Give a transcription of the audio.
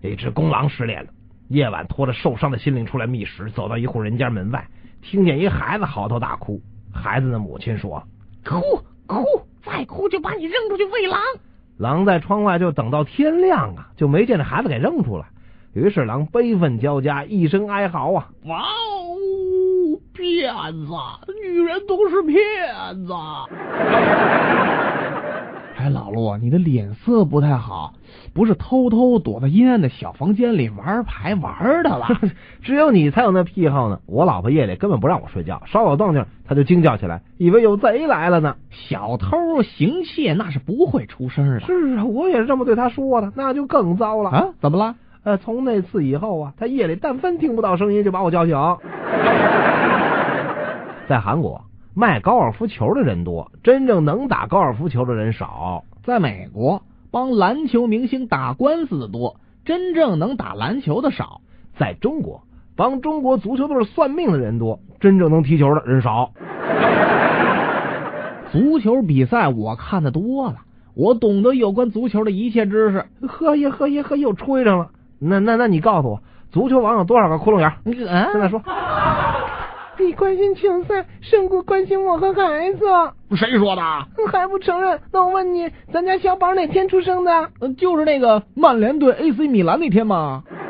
一只公狼失恋了，夜晚拖着受伤的心灵出来觅食，走到一户人家门外，听见一孩子嚎啕大哭。孩子的母亲说： 哭，再哭就把你扔出去喂狼。 狼在窗外就等到天亮啊，就没见这孩子给扔出来。于是狼悲愤交加，一声哀嚎啊！ 哇哦，骗子，女人都是骗子。 哎，老陆，你的脸色不太好，不是偷偷躲在阴暗的小房间里玩牌玩的了？ 只有你才有那癖好呢。我老婆夜里根本不让我睡觉，稍有动静她就惊叫起来，以为有贼来了呢。 小偷行窃那是不会出声的。 是啊，我也是这么对她说的，那就更糟了啊！怎么了？ 从那次以后啊，她夜里但凡听不到声音就把我叫醒。在韩国卖高尔夫球的人多，真正能打高尔夫球的人少。 在美国帮篮球明星打官司的多，真正能打篮球的少。 在中国帮中国足球队算命的人多，真正能踢球的人少。 足球比赛我看的多了，我懂得有关足球的一切知识。 呵耶，又吹上了。那你告诉我，足球网有多少个窟窿眼？现在说。你关心球赛胜过关心我和孩子。 谁说的？ 还不承认？那我问你，咱家小宝哪天出生的？ 就是那个曼联对 AC 米兰那天嘛。